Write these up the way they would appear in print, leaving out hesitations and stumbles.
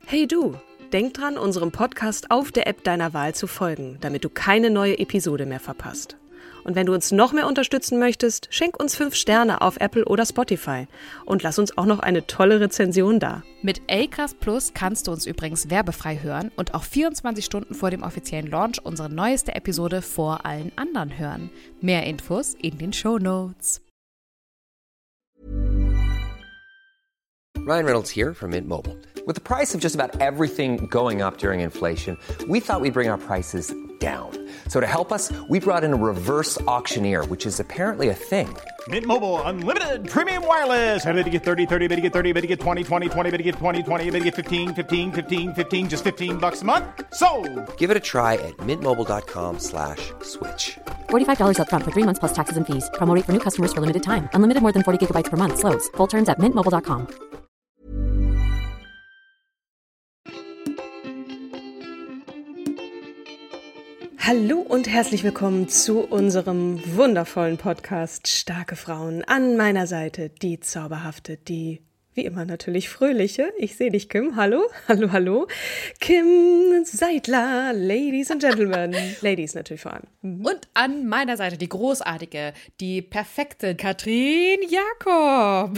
Hey du, denk dran, unserem Podcast auf der App deiner Wahl zu folgen, damit du keine neue Episode mehr verpasst. Und wenn du uns noch mehr unterstützen möchtest, schenk uns 5 Sterne auf Apple oder Spotify und lass uns auch noch eine tolle Rezension da. Mit Acast Plus kannst du uns übrigens werbefrei hören und auch 24 Stunden vor dem offiziellen Launch unsere neueste Episode vor allen anderen hören. Mehr Infos in den Shownotes. Ryan Reynolds here from Mint Mobile. With the price of just about everything going up during inflation, we thought we'd bring our prices down. So to help us, we brought in a reverse auctioneer, which is apparently a thing. Mint Mobile Unlimited Premium Wireless. How to get 30, 30, bit to get 30, bit to get 20, 20, 20, bit to get 20, 20, bit to get 15, 15, 15, 15, just $15 a month? Sold! Give it a try at mintmobile.com/switch. $45 up front for 3 months plus taxes and fees. Promo rate for new customers for limited time. Unlimited more than 40 gigabytes per month. Slows full terms at mintmobile.com. Hallo und herzlich willkommen zu unserem wundervollen Podcast Starke Frauen. An meiner Seite die zauberhafte, die wie immer natürlich fröhliche. Ich sehe dich, Kim. Hallo, hallo, hallo. Kim Seidler, Ladies and Gentlemen. Ladies natürlich vor allem. Und an meiner Seite die großartige, die perfekte Katrin Jakob.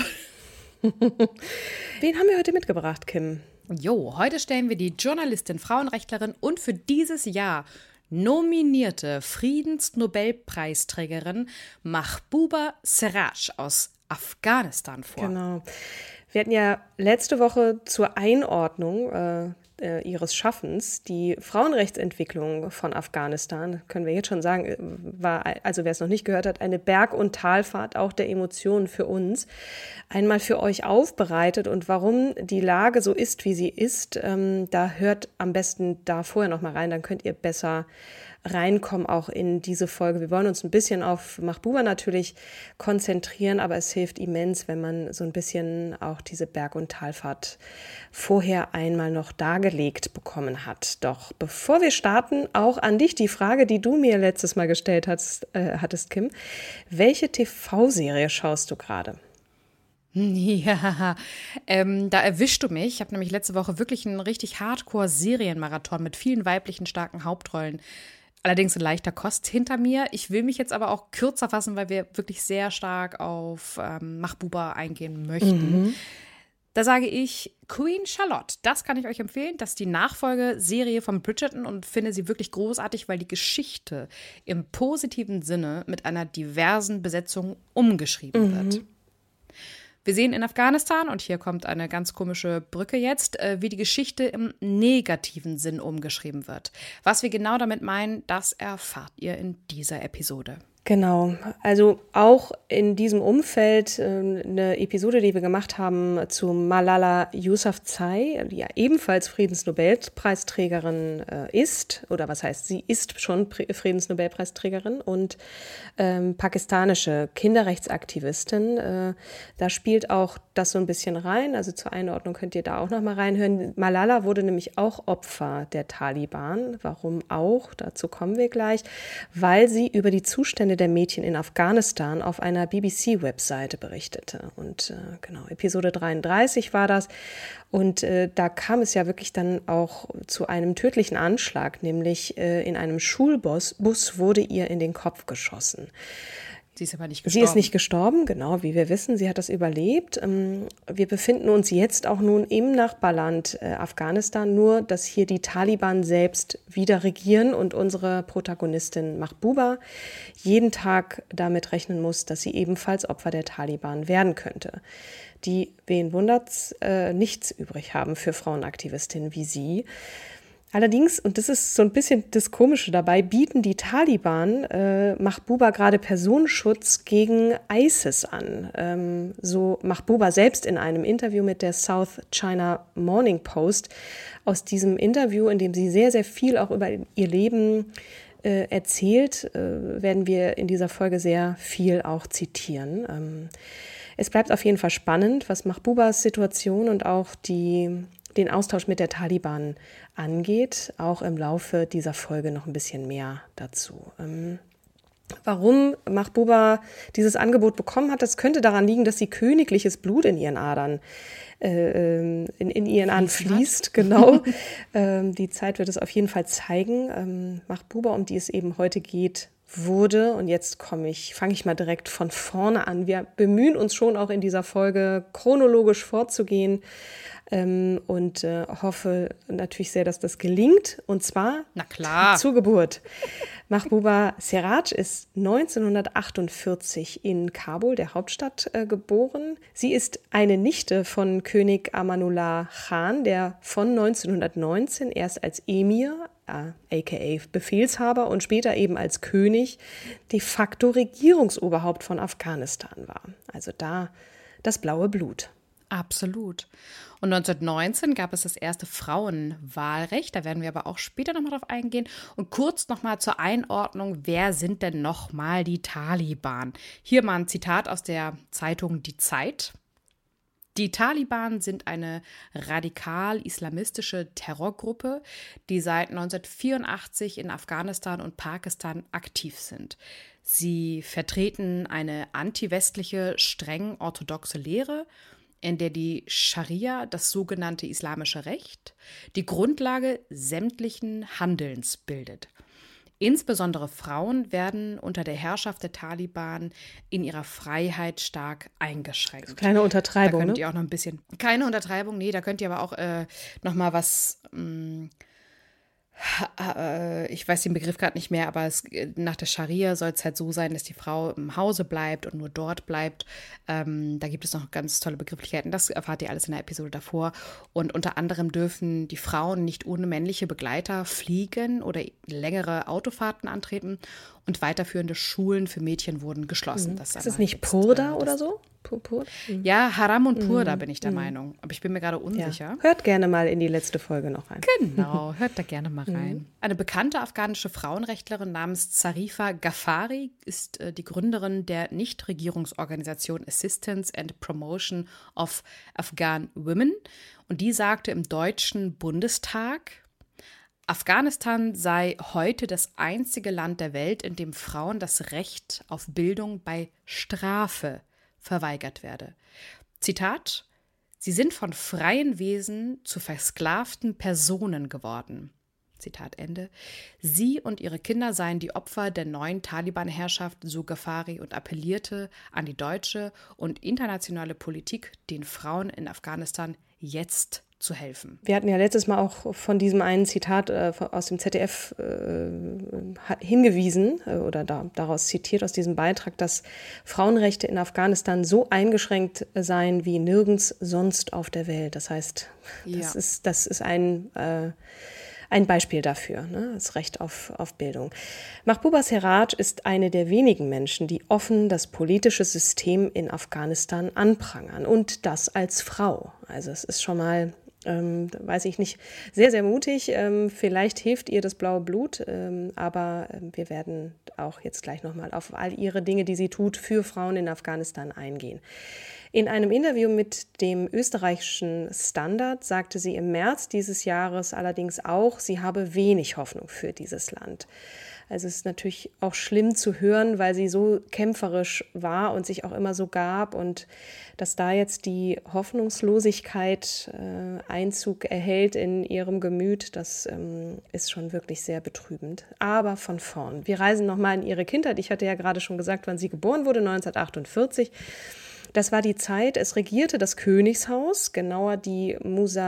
Wen haben wir heute mitgebracht, Kim? Jo, heute stellen wir die Journalistin, Frauenrechtlerin und für dieses Jahr nominierte Friedensnobelpreisträgerin Mahbouba Seraj aus Afghanistan vor. Genau. Wir hatten ja letzte Woche zur Einordnung ihres Schaffens die Frauenrechtsentwicklung von Afghanistan, können wir jetzt schon sagen, war, also wer es noch nicht gehört hat, eine Berg- und Talfahrt auch der Emotionen für uns, einmal für euch aufbereitet und warum die Lage so ist, wie sie ist, da hört am besten da vorher noch mal rein, dann könnt ihr besser reinkommen auch in diese Folge. Wir wollen uns ein bisschen auf Mahbouba natürlich konzentrieren, aber es hilft immens, wenn man so ein bisschen auch diese Berg- und Talfahrt vorher einmal noch dargelegt bekommen hat. Doch bevor wir starten, auch an dich die Frage, die du mir letztes Mal gestellt hattest, Kim. Welche TV-Serie schaust du gerade? Ja, da erwischst du mich. Ich habe nämlich letzte Woche wirklich einen richtig Hardcore-Serienmarathon mit vielen weiblichen, starken Hauptrollen. Allerdings in leichter Kost hinter mir. Ich will mich jetzt aber auch kürzer fassen, weil wir wirklich sehr stark auf Mahbouba eingehen möchten. Da sage ich Queen Charlotte. Das kann ich euch empfehlen. Das ist die Nachfolgeserie von Bridgerton und finde sie wirklich großartig, weil die Geschichte im positiven Sinne mit einer diversen Besetzung umgeschrieben wird. Wir sehen in Afghanistan, und hier kommt eine ganz komische Brücke jetzt, wie die Geschichte im negativen Sinn umgeschrieben wird. Was wir genau damit meinen, das erfahrt ihr in dieser Episode. Genau, also auch in diesem Umfeld eine Episode, die wir gemacht haben zu Malala Yousafzai, die ja ebenfalls Friedensnobelpreisträgerin ist, oder was heißt, sie ist schon Friedensnobelpreisträgerin und pakistanische Kinderrechtsaktivistin. Da spielt auch das so ein bisschen rein, also zur Einordnung könnt ihr da auch noch mal reinhören. Malala wurde nämlich auch Opfer der Taliban. Warum auch? Dazu kommen wir gleich, weil sie über die Zustände der Mädchen in Afghanistan auf einer BBC-Webseite berichtete. Und genau, Episode 33 war das. Und da kam es ja wirklich dann auch zu einem tödlichen Anschlag, nämlich in einem Schulbus wurde ihr in den Kopf geschossen. Sie ist aber nicht gestorben. Sie ist nicht gestorben, genau, wie wir wissen. Sie hat das überlebt. Wir befinden uns jetzt auch nun im Nachbarland Afghanistan, nur dass hier die Taliban selbst wieder regieren und unsere Protagonistin Mahbouba jeden Tag damit rechnen muss, dass sie ebenfalls Opfer der Taliban werden könnte. Die, wen wundert's, nichts übrig haben für Frauenaktivistinnen wie sie. Allerdings, und das ist so ein bisschen das Komische dabei, bieten die Taliban Mahbouba gerade Personenschutz gegen ISIS an. So Mahbouba selbst in einem Interview mit der South China Morning Post. Aus diesem Interview, in dem sie sehr, sehr viel auch über ihr Leben erzählt, werden wir in dieser Folge sehr viel auch zitieren. Es bleibt auf jeden Fall spannend, was Mahboubas Situation und auch den Austausch mit der Taliban angeht. Auch im Laufe dieser Folge noch ein bisschen mehr dazu. Warum Mahbuba dieses Angebot bekommen hat, das könnte daran liegen, dass sie königliches Blut in ihren Adern fließt. Genau. Die Zeit wird es auf jeden Fall zeigen. Mahbuba, um die es eben heute geht, wurde, und jetzt fange ich mal direkt von vorne an. Wir bemühen uns schon auch in dieser Folge chronologisch vorzugehen und hoffe natürlich sehr, dass das gelingt. Und zwar zur Geburt. Mahbuba Seraj ist 1948 in Kabul, der Hauptstadt, geboren. Sie ist eine Nichte von König Amanullah Khan, der von 1919 erst als Emir, aka Befehlshaber, und später eben als König de facto Regierungsoberhaupt von Afghanistan war. Also da das blaue Blut. Absolut. Und 1919 gab es das erste Frauenwahlrecht. Da werden wir aber auch später nochmal drauf eingehen. Und kurz nochmal zur Einordnung, wer sind denn nochmal die Taliban? Hier mal ein Zitat aus der Zeitung Die Zeit. Die Taliban sind eine radikal-islamistische Terrorgruppe, die seit 1984 in Afghanistan und Pakistan aktiv sind. Sie vertreten eine antiwestliche, streng orthodoxe Lehre, in der die Scharia, das sogenannte islamische Recht, die Grundlage sämtlichen Handelns bildet. Insbesondere Frauen werden unter der Herrschaft der Taliban in ihrer Freiheit stark eingeschränkt. Kleine Untertreibung, da könnt ihr auch noch ein bisschen, keine Untertreibung, nee, da könnt ihr aber auch noch mal was, ich weiß den Begriff gerade nicht mehr, aber nach der Scharia soll es halt so sein, dass die Frau im Hause bleibt und nur dort bleibt. Da gibt es noch ganz tolle Begrifflichkeiten. Das erfahrt ihr alles in der Episode davor. Und unter anderem dürfen die Frauen nicht ohne männliche Begleiter fliegen oder längere Autofahrten antreten. Und weiterführende Schulen für Mädchen wurden geschlossen. Ist es nicht Purda oder so? Ja, Haram und Purda bin ich der Meinung. Aber ich bin mir gerade unsicher. Ja. Hört gerne mal in die letzte Folge noch rein. Genau, hört da gerne mal rein. Eine bekannte afghanische Frauenrechtlerin namens Zarifa Ghaffari ist die Gründerin der Nichtregierungsorganisation Assistance and Promotion of Afghan Women. Und die sagte im Deutschen Bundestag, Afghanistan sei heute das einzige Land der Welt, in dem Frauen das Recht auf Bildung bei Strafe verweigert werde. Zitat: Sie sind von freien Wesen zu versklavten Personen geworden. Zitat Ende. Sie und ihre Kinder seien die Opfer der neuen Taliban-Herrschaft, so Ghaffari, und appellierte an die deutsche und internationale Politik, den Frauen in Afghanistan jetzt zu helfen. Wir hatten ja letztes Mal auch von diesem einen Zitat aus dem ZDF hingewiesen oder daraus zitiert aus diesem Beitrag, dass Frauenrechte in Afghanistan so eingeschränkt seien wie nirgends sonst auf der Welt. Das heißt, das ist ein Beispiel dafür, ne? Das Recht auf Bildung. Mahbuba Seraj ist eine der wenigen Menschen, die offen das politische System in Afghanistan anprangern, und das als Frau. Also es ist schon mal, weiß ich nicht, sehr, sehr mutig. Vielleicht hilft ihr das blaue Blut, aber wir werden auch jetzt gleich nochmal auf all ihre Dinge, die sie tut, für Frauen in Afghanistan eingehen. In einem Interview mit dem österreichischen Standard sagte sie im März dieses Jahres allerdings auch, sie habe wenig Hoffnung für dieses Land. Also es ist natürlich auch schlimm zu hören, weil sie so kämpferisch war und sich auch immer so gab, und dass da jetzt die Hoffnungslosigkeit Einzug erhält in ihrem Gemüt, das ist schon wirklich sehr betrübend. Aber von vorn. Wir reisen nochmal in ihre Kindheit. Ich hatte ja gerade schon gesagt, wann sie geboren wurde, 1948. Das war die Zeit, es regierte das Königshaus, genauer die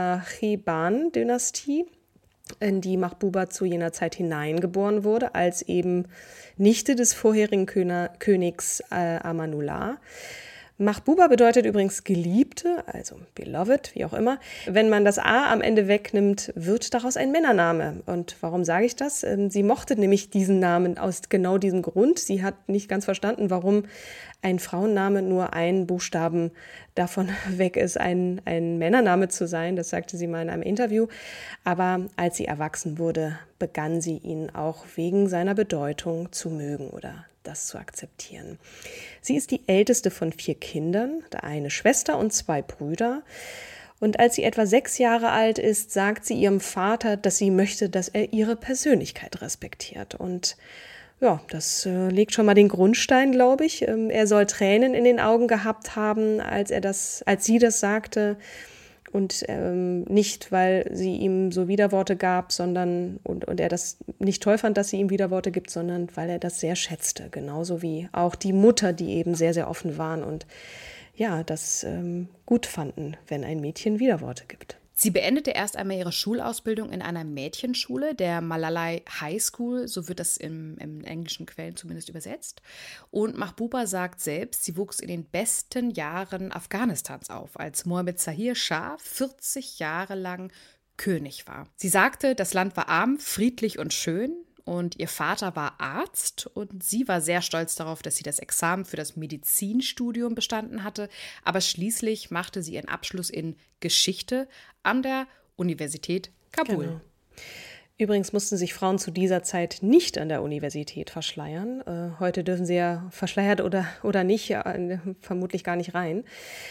Musachiban-Dynastie, in die Mahbuba zu jener Zeit hineingeboren wurde, als eben Nichte des vorherigen Königs Amanullah. Mahbuba bedeutet übrigens Geliebte, also beloved, wie auch immer. Wenn man das A am Ende wegnimmt, wird daraus ein Männername. Und warum sage ich das? Sie mochte nämlich diesen Namen aus genau diesem Grund. Sie hat nicht ganz verstanden, warum ein Frauenname nur ein Buchstaben davon weg ist, ein Männername zu sein. Das sagte sie mal in einem Interview. Aber als sie erwachsen wurde, begann sie ihn auch wegen seiner Bedeutung zu mögen oder das zu akzeptieren. Sie ist die älteste von 4 Kindern, eine Schwester und 2 Brüder. Und als sie etwa 6 Jahre alt ist, sagt sie ihrem Vater, dass sie möchte, dass er ihre Persönlichkeit respektiert. Und Ja, das legt schon mal den Grundstein, glaube ich. Er soll Tränen in den Augen gehabt haben, als sie das sagte. Und nicht, weil sie ihm so Widerworte gab, sondern und er das nicht toll fand, dass sie ihm Widerworte gibt, sondern weil er das sehr schätzte. Genauso wie auch die Mutter, die eben sehr, sehr offen waren und ja, das gut fanden, wenn ein Mädchen Widerworte gibt. Sie beendete erst einmal ihre Schulausbildung in einer Mädchenschule, der Malalai High School, so wird das in englischen Quellen zumindest übersetzt. Und Mahbuba sagt selbst, sie wuchs in den besten Jahren Afghanistans auf, als Mohammed Zahir Schah 40 Jahre lang König war. Sie sagte, das Land war arm, friedlich und schön. Und ihr Vater war Arzt und sie war sehr stolz darauf, dass sie das Examen für das Medizinstudium bestanden hatte. Aber schließlich machte sie ihren Abschluss in Geschichte an der Universität Kabul. Genau. Übrigens mussten sich Frauen zu dieser Zeit nicht an der Universität verschleiern. Heute dürfen sie ja verschleiert oder nicht, vermutlich gar nicht rein.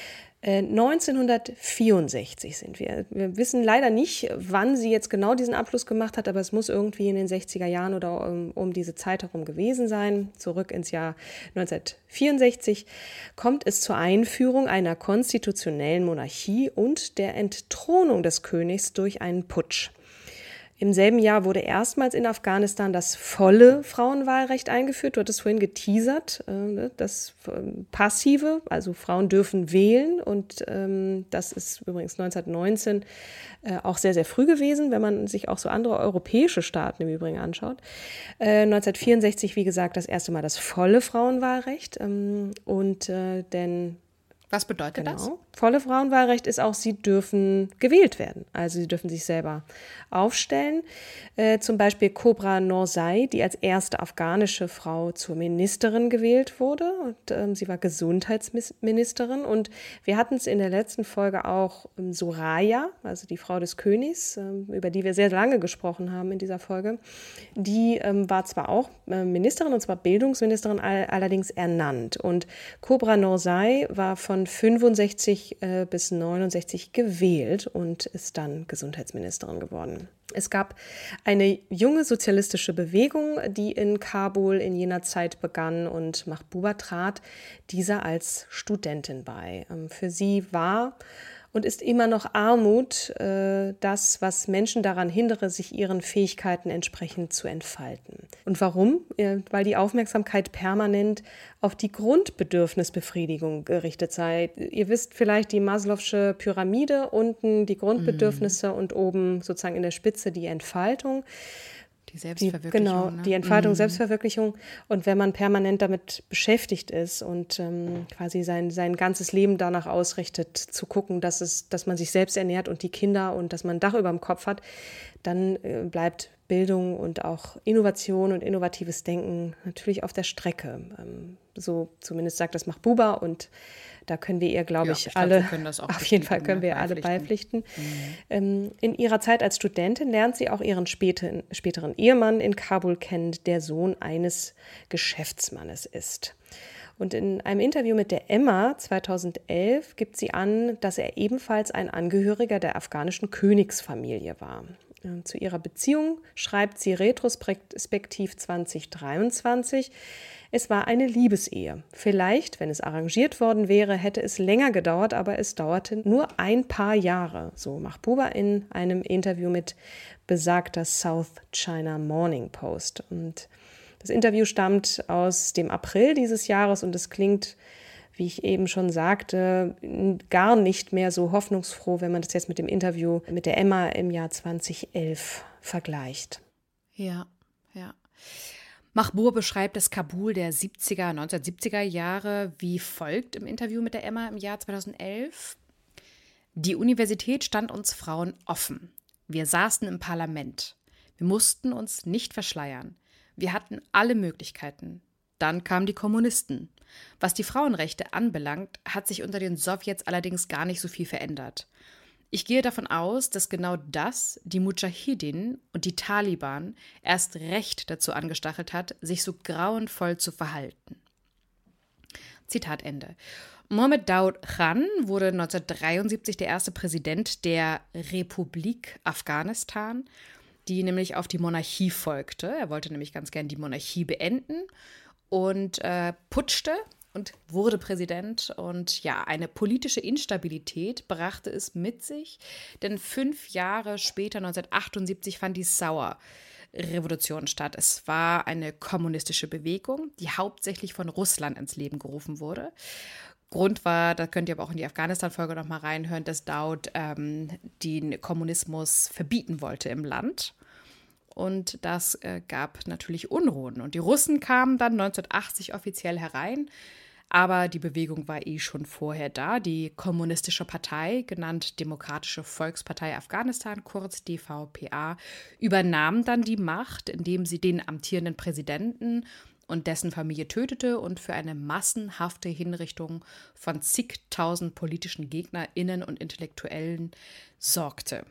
1964 sind wir. Wir wissen leider nicht, wann sie jetzt genau diesen Abschluss gemacht hat, aber es muss irgendwie in den 60er Jahren oder um diese Zeit herum gewesen sein. Zurück ins Jahr 1964 kommt es zur Einführung einer konstitutionellen Monarchie und der Entthronung des Königs durch einen Putsch. Im selben Jahr wurde erstmals in Afghanistan das volle Frauenwahlrecht eingeführt. Du hattest vorhin geteasert, das passive, also Frauen dürfen wählen. Und das ist übrigens 1919 auch sehr, sehr früh gewesen, wenn man sich auch so andere europäische Staaten im Übrigen anschaut. 1964, wie gesagt, das erste Mal das volle Frauenwahlrecht. Was bedeutet das? Volle Frauenwahlrecht ist auch, sie dürfen gewählt werden. Also sie dürfen sich selber aufstellen. Zum Beispiel Cobra Norzai, die als erste afghanische Frau zur Ministerin gewählt wurde. Und, sie war Gesundheitsministerin. Und wir hatten es in der letzten Folge auch Soraya, also die Frau des Königs, über die wir sehr lange gesprochen haben in dieser Folge. Die war zwar auch Ministerin, und zwar Bildungsministerin, allerdings ernannt. Und Cobra Norzai war von 65 bis 69 gewählt und ist dann Gesundheitsministerin geworden. Es gab eine junge sozialistische Bewegung, die in Kabul in jener Zeit begann und Mahbuba trat dieser als Studentin bei. Für sie war und ist immer noch Armut das, was Menschen daran hindere, sich ihren Fähigkeiten entsprechend zu entfalten. Und warum? Weil die Aufmerksamkeit permanent auf die Grundbedürfnisbefriedigung gerichtet sei. Ihr wisst vielleicht die Maslow'sche Pyramide, unten die Grundbedürfnisse und oben sozusagen in der Spitze die Entfaltung. Die Selbstverwirklichung. Die Entfaltung, Selbstverwirklichung. Und wenn man permanent damit beschäftigt ist und quasi sein ganzes Leben danach ausrichtet, zu gucken, dass man sich selbst ernährt und die Kinder und dass man ein Dach über dem Kopf hat, dann bleibt Bildung und auch Innovation und innovatives Denken natürlich auf der Strecke. So zumindest sagt das Mahbuba und da können wir ihr, glaube ich, alle, auf jeden Fall können wir alle beipflichten. In ihrer Zeit als Studentin lernt sie auch ihren späteren Ehemann in Kabul kennen, der Sohn eines Geschäftsmannes ist. Und in einem Interview mit der Emma 2011 gibt sie an, dass er ebenfalls ein Angehöriger der afghanischen Königsfamilie war. Zu ihrer Beziehung schreibt sie retrospektiv 2023, es war eine Liebesehe. Vielleicht, wenn es arrangiert worden wäre, hätte es länger gedauert, aber es dauerte nur ein paar Jahre. So Mahbuba in einem Interview mit besagter South China Morning Post. Und das Interview stammt aus dem April dieses Jahres und es klingt, wie ich eben schon sagte, gar nicht mehr so hoffnungsfroh, wenn man das jetzt mit dem Interview mit der Emma im Jahr 2011 vergleicht. Ja. Mahbuba beschreibt das Kabul der 1970er Jahre wie folgt im Interview mit der Emma im Jahr 2011. Die Universität stand uns Frauen offen. Wir saßen im Parlament. Wir mussten uns nicht verschleiern. Wir hatten alle Möglichkeiten. Dann kamen die Kommunisten. Was die Frauenrechte anbelangt, hat sich unter den Sowjets allerdings gar nicht so viel verändert. Ich gehe davon aus, dass genau das die Mudschahidin und die Taliban erst recht dazu angestachelt hat, sich so grauenvoll zu verhalten. Zitat Ende. Mohammed Daoud Khan wurde 1973 der erste Präsident der Republik Afghanistan. die nämlich auf die Monarchie folgte. Er wollte nämlich ganz gern die Monarchie beenden und putschte und wurde Präsident. Und ja, eine politische Instabilität brachte es mit sich, denn 5 Jahre später, 1978, fand die Sauer-Revolution statt. Es war eine kommunistische Bewegung, die hauptsächlich von Russland ins Leben gerufen wurde. Grund war, da könnt ihr aber auch in die Afghanistan-Folge noch mal reinhören, dass Daud den Kommunismus verbieten wollte im Land. Und das gab natürlich Unruhen. Und die Russen kamen dann 1980 offiziell herein, aber die Bewegung war schon vorher da. Die Kommunistische Partei, genannt Demokratische Volkspartei Afghanistan, kurz DVPA, übernahm dann die Macht, indem sie den amtierenden Präsidenten und dessen Familie tötete und für eine massenhafte Hinrichtung von zigtausend politischen GegnerInnen und Intellektuellen sorgte.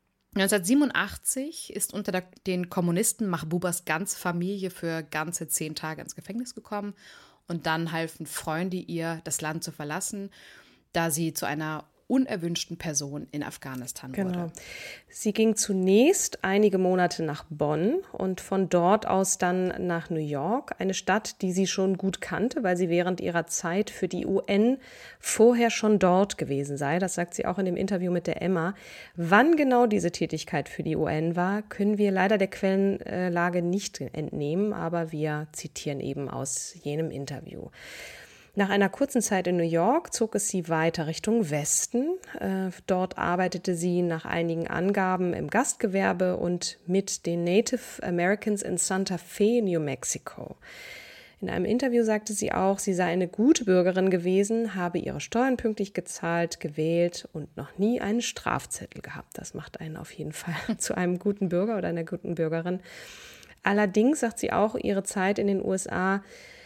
1987 ist unter den Kommunisten Mahbubas ganze Familie für ganze 10 Tage ins Gefängnis gekommen und dann halfen Freunde ihr, das Land zu verlassen, da sie zu einer unerwünschten Person in Afghanistan wurde. Genau. Sie ging zunächst einige Monate nach Bonn und von dort aus dann nach New York, eine Stadt, die sie schon gut kannte, weil sie während ihrer Zeit für die UN vorher schon dort gewesen sei. Das sagt sie auch in dem Interview mit der Emma. Wann genau diese Tätigkeit für die UN war, können wir leider der Quellenlage nicht entnehmen, aber wir zitieren eben aus jenem Interview. Nach einer kurzen Zeit in New York zog es sie weiter Richtung Westen. Dort arbeitete sie nach einigen Angaben im Gastgewerbe und mit den Native Americans in Santa Fe, New Mexico. In einem Interview sagte sie auch, sie sei eine gute Bürgerin gewesen, habe ihre Steuern pünktlich gezahlt, gewählt und noch nie einen Strafzettel gehabt. Das macht einen auf jeden Fall zu einem guten Bürger oder einer guten Bürgerin. Allerdings sagt sie auch, ihre Zeit in den USA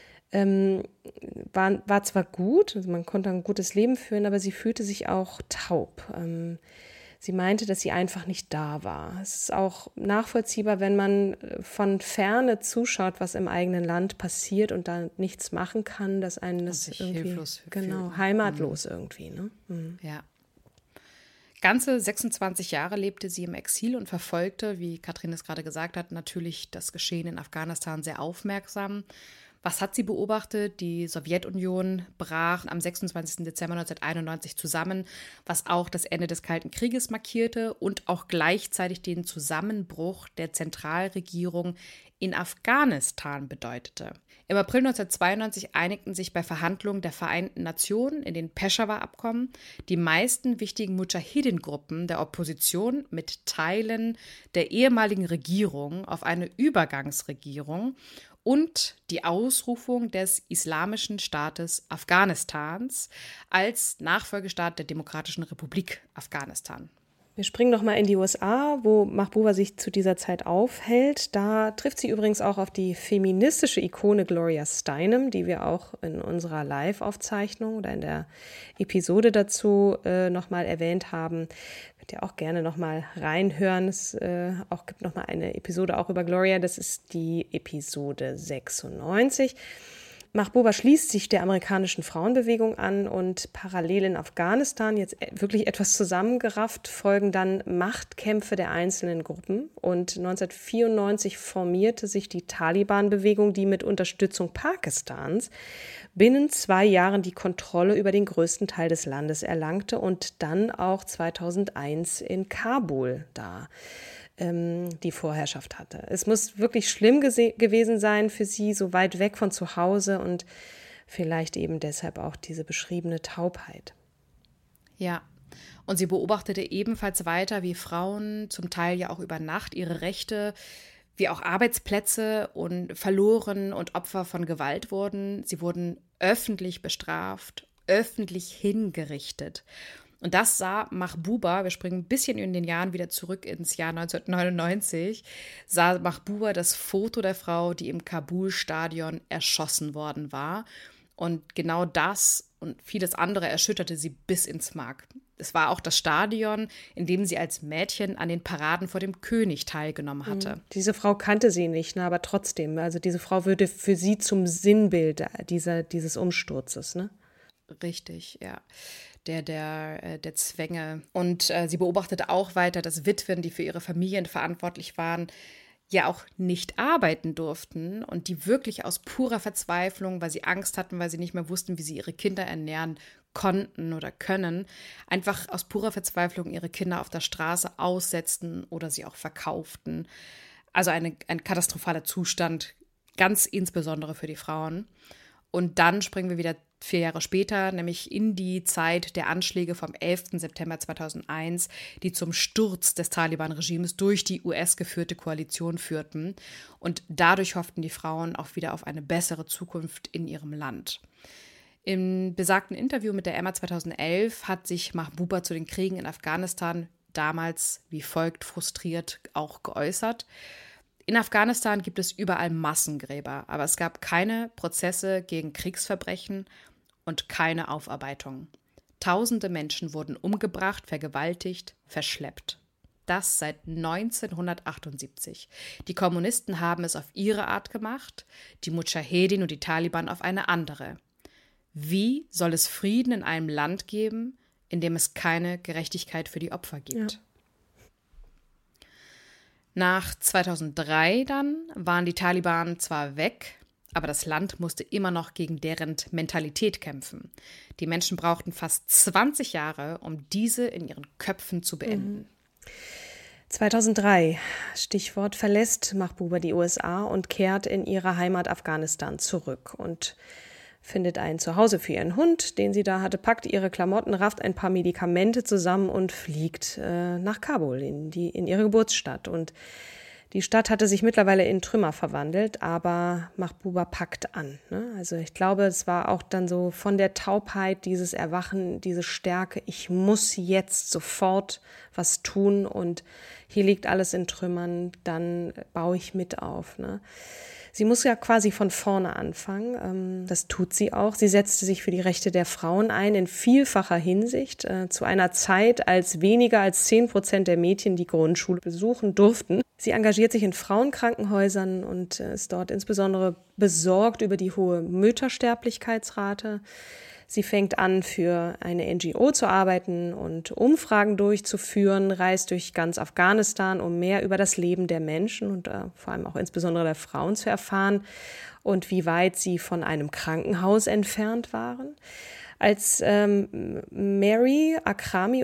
war zwar gut, also man konnte ein gutes Leben führen, aber sie fühlte sich auch taub. Sie meinte, dass sie einfach nicht da war. Es ist auch nachvollziehbar, wenn man von Ferne zuschaut, was im eigenen Land passiert und da nichts machen kann, dass einen das irgendwie hilflos genau heimatlos irgendwie. Ne? Ja. Ganze 26 Jahre lebte sie im Exil und verfolgte, wie Katrin es gerade gesagt hat, natürlich das Geschehen in Afghanistan sehr aufmerksam. Was hat sie beobachtet? Die Sowjetunion brach am 26. Dezember 1991 zusammen, was auch das Ende des Kalten Krieges markierte und auch gleichzeitig den Zusammenbruch der Zentralregierung in Afghanistan bedeutete. Im April 1992 einigten sich bei Verhandlungen der Vereinten Nationen in den Peschawar-Abkommen die meisten wichtigen Mudschahidin-Gruppen der Opposition mit Teilen der ehemaligen Regierung auf eine Übergangsregierung und die Ausrufung des Islamischen Staates Afghanistans als Nachfolgestaat der Demokratischen Republik Afghanistan. Wir springen nochmal in die USA, wo Mahbuba sich zu dieser Zeit aufhält. Da trifft sie übrigens auch auf die feministische Ikone Gloria Steinem, die wir auch in unserer Live-Aufzeichnung oder in der Episode dazu nochmal erwähnt haben. Könnt ihr auch gerne nochmal reinhören. Es gibt nochmal eine Episode auch über Gloria. Das ist die Episode 96. Mahbuba schließt sich der amerikanischen Frauenbewegung an und parallel in Afghanistan, jetzt wirklich etwas zusammengerafft, folgen dann Machtkämpfe der einzelnen Gruppen. Und 1994 formierte sich die Taliban-Bewegung, die mit Unterstützung Pakistans binnen 2 Jahren die Kontrolle über den größten Teil des Landes erlangte und dann auch 2001 in Kabul die Vorherrschaft hatte. Es muss wirklich schlimm gewesen sein für sie, so weit weg von zu Hause und vielleicht eben deshalb auch diese beschriebene Taubheit. Ja, und sie beobachtete ebenfalls weiter, wie Frauen zum Teil ja auch über Nacht ihre Rechte, wie auch Arbeitsplätze verloren und Opfer von Gewalt wurden. Sie wurden öffentlich bestraft, öffentlich hingerichtet. Und das sah Mahbuba, wir springen ein bisschen in den Jahren wieder zurück ins Jahr 1999, sah Mahbuba das Foto der Frau, die im Kabul-Stadion erschossen worden war. Und genau das und vieles andere erschütterte sie bis ins Mark. Es war auch das Stadion, in dem sie als Mädchen an den Paraden vor dem König teilgenommen hatte. Diese Frau kannte sie nicht, aber trotzdem, also diese Frau würde für sie zum Sinnbild dieses Umsturzes, ne? Richtig, ja. der Zwänge. Und sie beobachtete auch weiter, dass Witwen, die für ihre Familien verantwortlich waren, ja auch nicht arbeiten durften und die wirklich aus purer Verzweiflung, weil sie Angst hatten, weil sie nicht mehr wussten, wie sie ihre Kinder ernähren konnten oder können, einfach aus purer Verzweiflung ihre Kinder auf der Straße aussetzten oder sie auch verkauften. Also ein katastrophaler Zustand, ganz insbesondere für die Frauen. Und dann springen wir wieder 4 Jahre später, nämlich in die Zeit der Anschläge vom 11. September 2001, die zum Sturz des Taliban-Regimes durch die US-geführte Koalition führten. Und dadurch hofften die Frauen auch wieder auf eine bessere Zukunft in ihrem Land. Im besagten Interview mit der Emma 2011 hat sich Mahbuba zu den Kriegen in Afghanistan damals wie folgt frustriert auch geäußert. In Afghanistan gibt es überall Massengräber, aber es gab keine Prozesse gegen Kriegsverbrechen und keine Aufarbeitung. Tausende Menschen wurden umgebracht, vergewaltigt, verschleppt. Das seit 1978. Die Kommunisten haben es auf ihre Art gemacht, die Mudschahedin und die Taliban auf eine andere. Wie soll es Frieden in einem Land geben, in dem es keine Gerechtigkeit für die Opfer gibt? Ja. Nach 2003 dann waren die Taliban zwar weg, aber das Land musste immer noch gegen deren Mentalität kämpfen. Die Menschen brauchten fast 20 Jahre, um diese in ihren Köpfen zu beenden. 2003, Stichwort, verlässt Mahbuba die USA und kehrt in ihre Heimat Afghanistan zurück und findet ein Zuhause für ihren Hund, den sie da hatte, packt ihre Klamotten, rafft ein paar Medikamente zusammen und fliegt nach Kabul, in ihre Geburtsstadt. Und die Stadt hatte sich mittlerweile in Trümmer verwandelt, aber Mahbuba packt an. Ne? Also ich glaube, es war auch dann so von der Taubheit, dieses Erwachen, diese Stärke, ich muss jetzt sofort was tun und hier liegt alles in Trümmern, dann baue ich mit auf. Ne? Sie muss ja quasi von vorne anfangen. Das tut sie auch. Sie setzte sich für die Rechte der Frauen ein, in vielfacher Hinsicht, zu einer Zeit, als weniger als 10% der Mädchen die Grundschule besuchen durften. Sie engagiert sich in Frauenkrankenhäusern und ist dort insbesondere besorgt über die hohe Müttersterblichkeitsrate. Sie fängt an, für eine NGO zu arbeiten und Umfragen durchzuführen, reist durch ganz Afghanistan, um mehr über das Leben der Menschen und vor allem auch insbesondere der Frauen zu erfahren und wie weit sie von einem Krankenhaus entfernt waren. Als Marie Akrami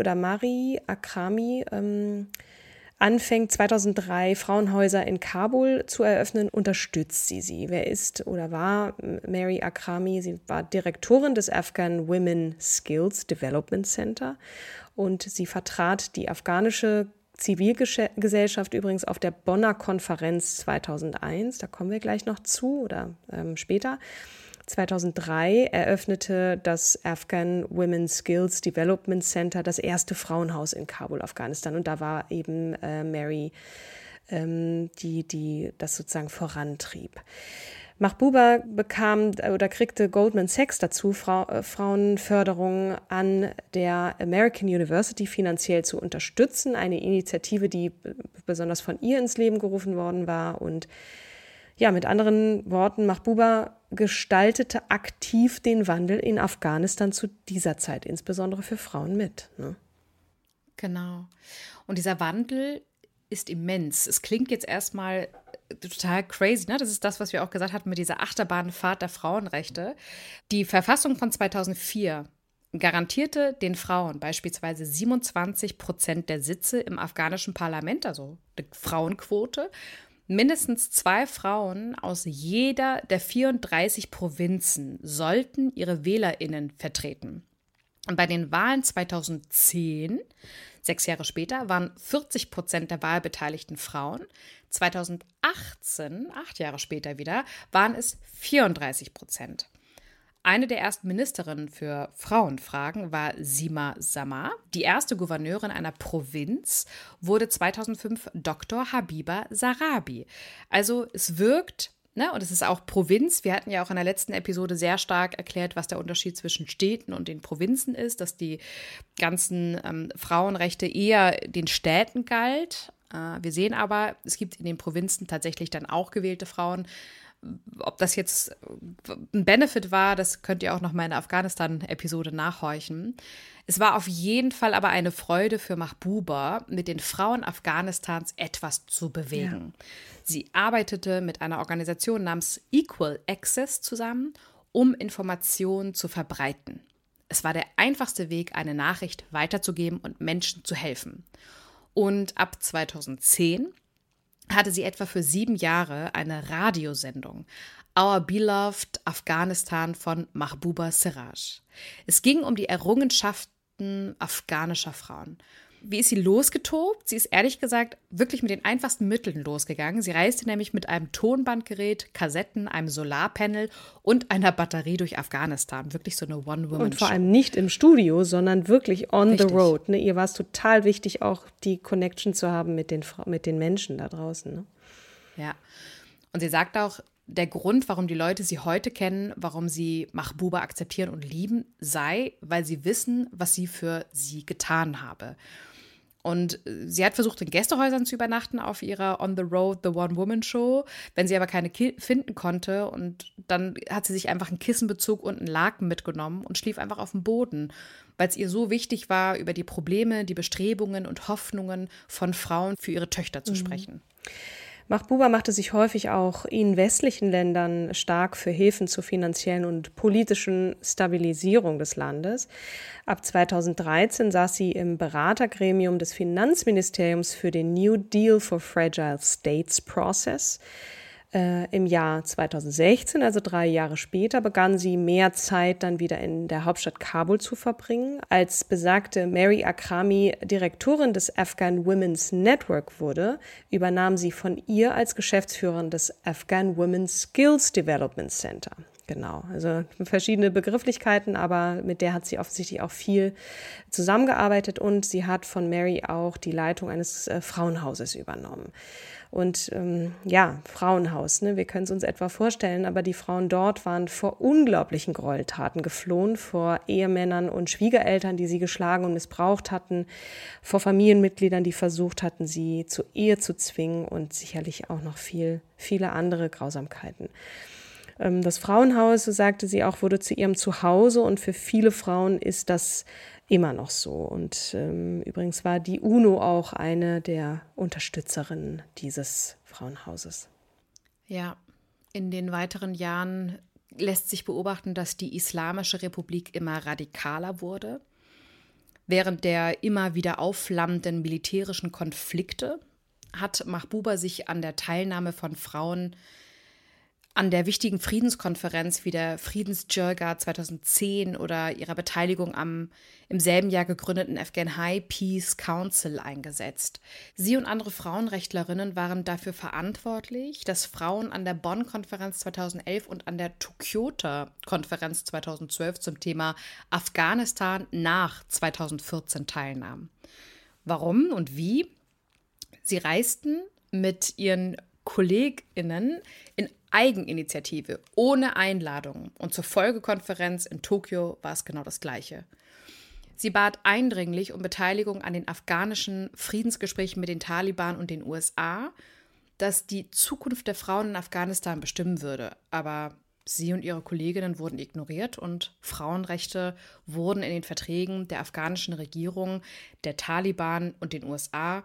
anfängt 2003 Frauenhäuser in Kabul zu eröffnen, unterstützt sie. Wer ist oder war Marie Akrami? Sie war Direktorin des Afghan Women Skills Development Center und sie vertrat die afghanische Zivilgesellschaft übrigens auf der Bonner Konferenz 2001. Da kommen wir gleich noch zu oder später. 2003 eröffnete das Afghan Women Skills Development Center das erste Frauenhaus in Kabul, Afghanistan. Und da war eben Mary, die das sozusagen vorantrieb. Mahbuba kriegte Goldman Sachs dazu, Frauenförderung an der American University finanziell zu unterstützen. Eine Initiative, die besonders von ihr ins Leben gerufen worden war. Und ja, mit anderen Worten, Mahbuba gestaltete aktiv den Wandel in Afghanistan zu dieser Zeit, insbesondere für Frauen mit. Ne? Genau. Und dieser Wandel ist immens. Es klingt jetzt erstmal total crazy, ne? Das ist das, was wir auch gesagt hatten mit dieser Achterbahnfahrt der Frauenrechte. Die Verfassung von 2004 garantierte den Frauen beispielsweise 27% der Sitze im afghanischen Parlament, also eine Frauenquote. Mindestens 2 Frauen aus jeder der 34 Provinzen sollten ihre WählerInnen vertreten. Und bei den Wahlen 2010, 6 Jahre später, waren 40% der Wahlbeteiligten Frauen. 2018, 8 Jahre später wieder, waren es 34%. Eine der ersten Ministerinnen für Frauenfragen war Sima Samar. Die erste Gouverneurin einer Provinz wurde 2005 Dr. Habiba Sarabi. Also es wirkt, ne, und es ist auch Provinz. Wir hatten ja auch in der letzten Episode sehr stark erklärt, was der Unterschied zwischen Städten und den Provinzen ist, dass die ganzen Frauenrechte eher den Städten galt. Wir sehen aber, es gibt in den Provinzen tatsächlich dann auch gewählte Frauen. Ob das jetzt ein Benefit war, das könnt ihr auch noch mal in der Afghanistan-Episode nachhorchen. Es war auf jeden Fall aber eine Freude für Mahbuba, mit den Frauen Afghanistans etwas zu bewegen. Ja. Sie arbeitete mit einer Organisation namens Equal Access zusammen, um Informationen zu verbreiten. Es war der einfachste Weg, eine Nachricht weiterzugeben und Menschen zu helfen. Und ab 2010 hatte sie etwa für 7 Jahre eine Radiosendung, Our Beloved Afghanistan von Mahbuba Siraj. Es ging um die Errungenschaften afghanischer Frauen. Wie ist sie losgetobt? Sie ist ehrlich gesagt wirklich mit den einfachsten Mitteln losgegangen. Sie reiste nämlich mit einem Tonbandgerät, Kassetten, einem Solarpanel und einer Batterie durch Afghanistan. Wirklich so eine One-Woman-Show. Und vor allem nicht im Studio, sondern wirklich on the road. Ne? Ihr war es total wichtig, auch die Connection zu haben mit den Menschen da draußen. Ne? Ja. Und sie sagt auch, der Grund, warum die Leute sie heute kennen, warum sie Mahbuba akzeptieren und lieben, sei, weil sie wissen, was sie für sie getan habe. Und sie hat versucht, in Gästehäusern zu übernachten auf ihrer On the Road, The One-Woman-Show. Wenn sie aber keine finden konnte, und dann hat sie sich einfach einen Kissenbezug und einen Laken mitgenommen und schlief einfach auf dem Boden, weil es ihr so wichtig war, über die Probleme, die Bestrebungen und Hoffnungen von Frauen für ihre Töchter zu sprechen. Mahbuba machte sich häufig auch in westlichen Ländern stark für Hilfen zur finanziellen und politischen Stabilisierung des Landes. Ab 2013 saß sie im Beratergremium des Finanzministeriums für den New Deal for Fragile States Process. Im Jahr 2016, also 3 Jahre später, begann sie mehr Zeit dann wieder in der Hauptstadt Kabul zu verbringen. Als besagte Mary Akrami Direktorin des Afghan Women's Network wurde, übernahm sie von ihr als Geschäftsführerin das Afghan Women's Skills Development Center. Genau, also verschiedene Begrifflichkeiten, aber mit der hat sie offensichtlich auch viel zusammengearbeitet, und sie hat von Mary auch die Leitung eines Frauenhauses übernommen. Und Frauenhaus, ne? Wir können es uns etwa vorstellen, aber die Frauen dort waren vor unglaublichen Gräueltaten geflohen, vor Ehemännern und Schwiegereltern, die sie geschlagen und missbraucht hatten, vor Familienmitgliedern, die versucht hatten, sie zur Ehe zu zwingen, und sicherlich auch noch viele andere Grausamkeiten. Das Frauenhaus, so sagte sie auch, wurde zu ihrem Zuhause, und für viele Frauen ist das immer noch so. Und übrigens war die UNO auch eine der Unterstützerinnen dieses Frauenhauses. Ja, in den weiteren Jahren lässt sich beobachten, dass die Islamische Republik immer radikaler wurde. Während der immer wieder aufflammenden militärischen Konflikte hat Mahbuba sich an der Teilnahme von Frauen an der wichtigen Friedenskonferenz wie der Friedensjirga 2010 oder ihrer Beteiligung am im selben Jahr gegründeten Afghan High Peace Council eingesetzt. Sie und andere Frauenrechtlerinnen waren dafür verantwortlich, dass Frauen an der Bonn-Konferenz 2011 und an der Tokyoter-Konferenz 2012 zum Thema Afghanistan nach 2014 teilnahmen. Warum und wie? Sie reisten mit ihren KollegInnen in Eigeninitiative, ohne Einladung. Und zur Folgekonferenz in Tokio war es genau das Gleiche. Sie bat eindringlich um Beteiligung an den afghanischen Friedensgesprächen mit den Taliban und den USA, das die Zukunft der Frauen in Afghanistan bestimmen würde. Aber sie und ihre Kolleginnen wurden ignoriert, und Frauenrechte wurden in den Verträgen der afghanischen Regierung, der Taliban und den USA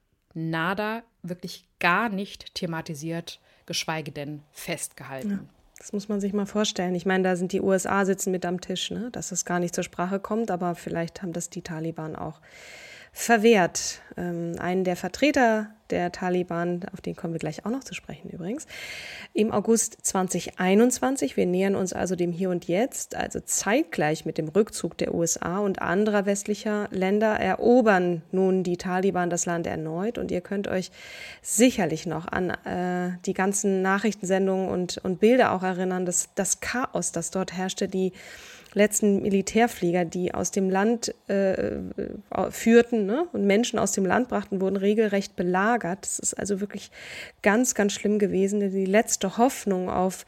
nada, wirklich gar nicht thematisiert, geschweige denn festgehalten. Ja, das muss man sich mal vorstellen. Ich meine, da sind die USA sitzen mit am Tisch, ne? Dass es gar nicht zur Sprache kommt, aber vielleicht haben das die Taliban auch verwehrt. Einen der Vertreter der Taliban, auf den kommen wir gleich auch noch zu sprechen übrigens, im August 2021, wir nähern uns also dem Hier und Jetzt, also zeitgleich mit dem Rückzug der USA und anderer westlicher Länder, erobern nun die Taliban das Land erneut, und ihr könnt euch sicherlich noch an die ganzen Nachrichtensendungen und Bilder auch erinnern, das Chaos, das dort herrschte, die letzten Militärflieger, die aus dem Land führten, ne, und Menschen aus dem Land brachten, wurden regelrecht belagert. Das ist also wirklich ganz, ganz schlimm gewesen. Die letzte Hoffnung auf